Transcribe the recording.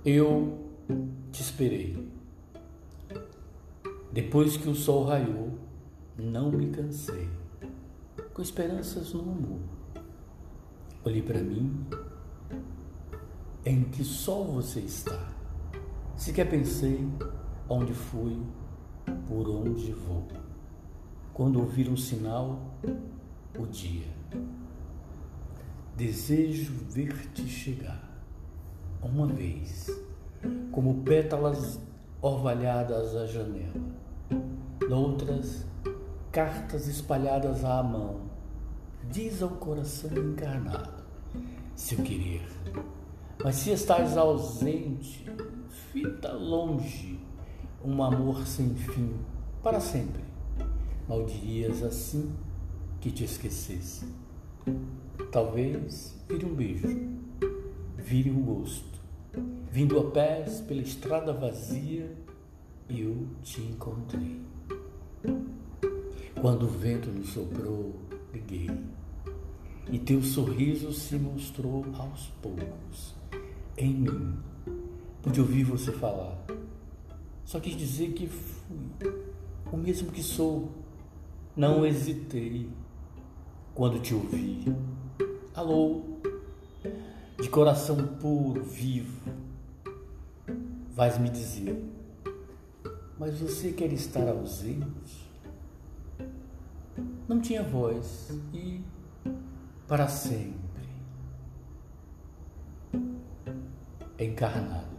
Eu te esperei. Depois que o sol raiou, não me cansei, com esperanças no amor. Olhei para mim, em que sol você está? Sequer pensei onde fui, por onde vou. Quando ouvir um sinal, o dia. Desejo ver-te chegar, uma vez, como pétalas orvalhadas à janela, noutras, cartas espalhadas à mão. Diz ao coração encarnado seu querer. Mas se estás ausente, fita longe, um amor sem fim, para sempre. Mal dirias assim que te esquecesse. Talvez vire um beijo, vire um gosto. Vindo a pés pela estrada vazia, eu te encontrei. Quando o vento nos soprou, liguei, e teu sorriso se mostrou aos poucos em mim. Pude ouvir você falar, só quis dizer que fui o mesmo que sou. Não hesitei quando te ouvi. Alô, de coração puro, vivo, vais me dizer, mas você quer estar ausente? Não tinha voz e para sempre encarnado.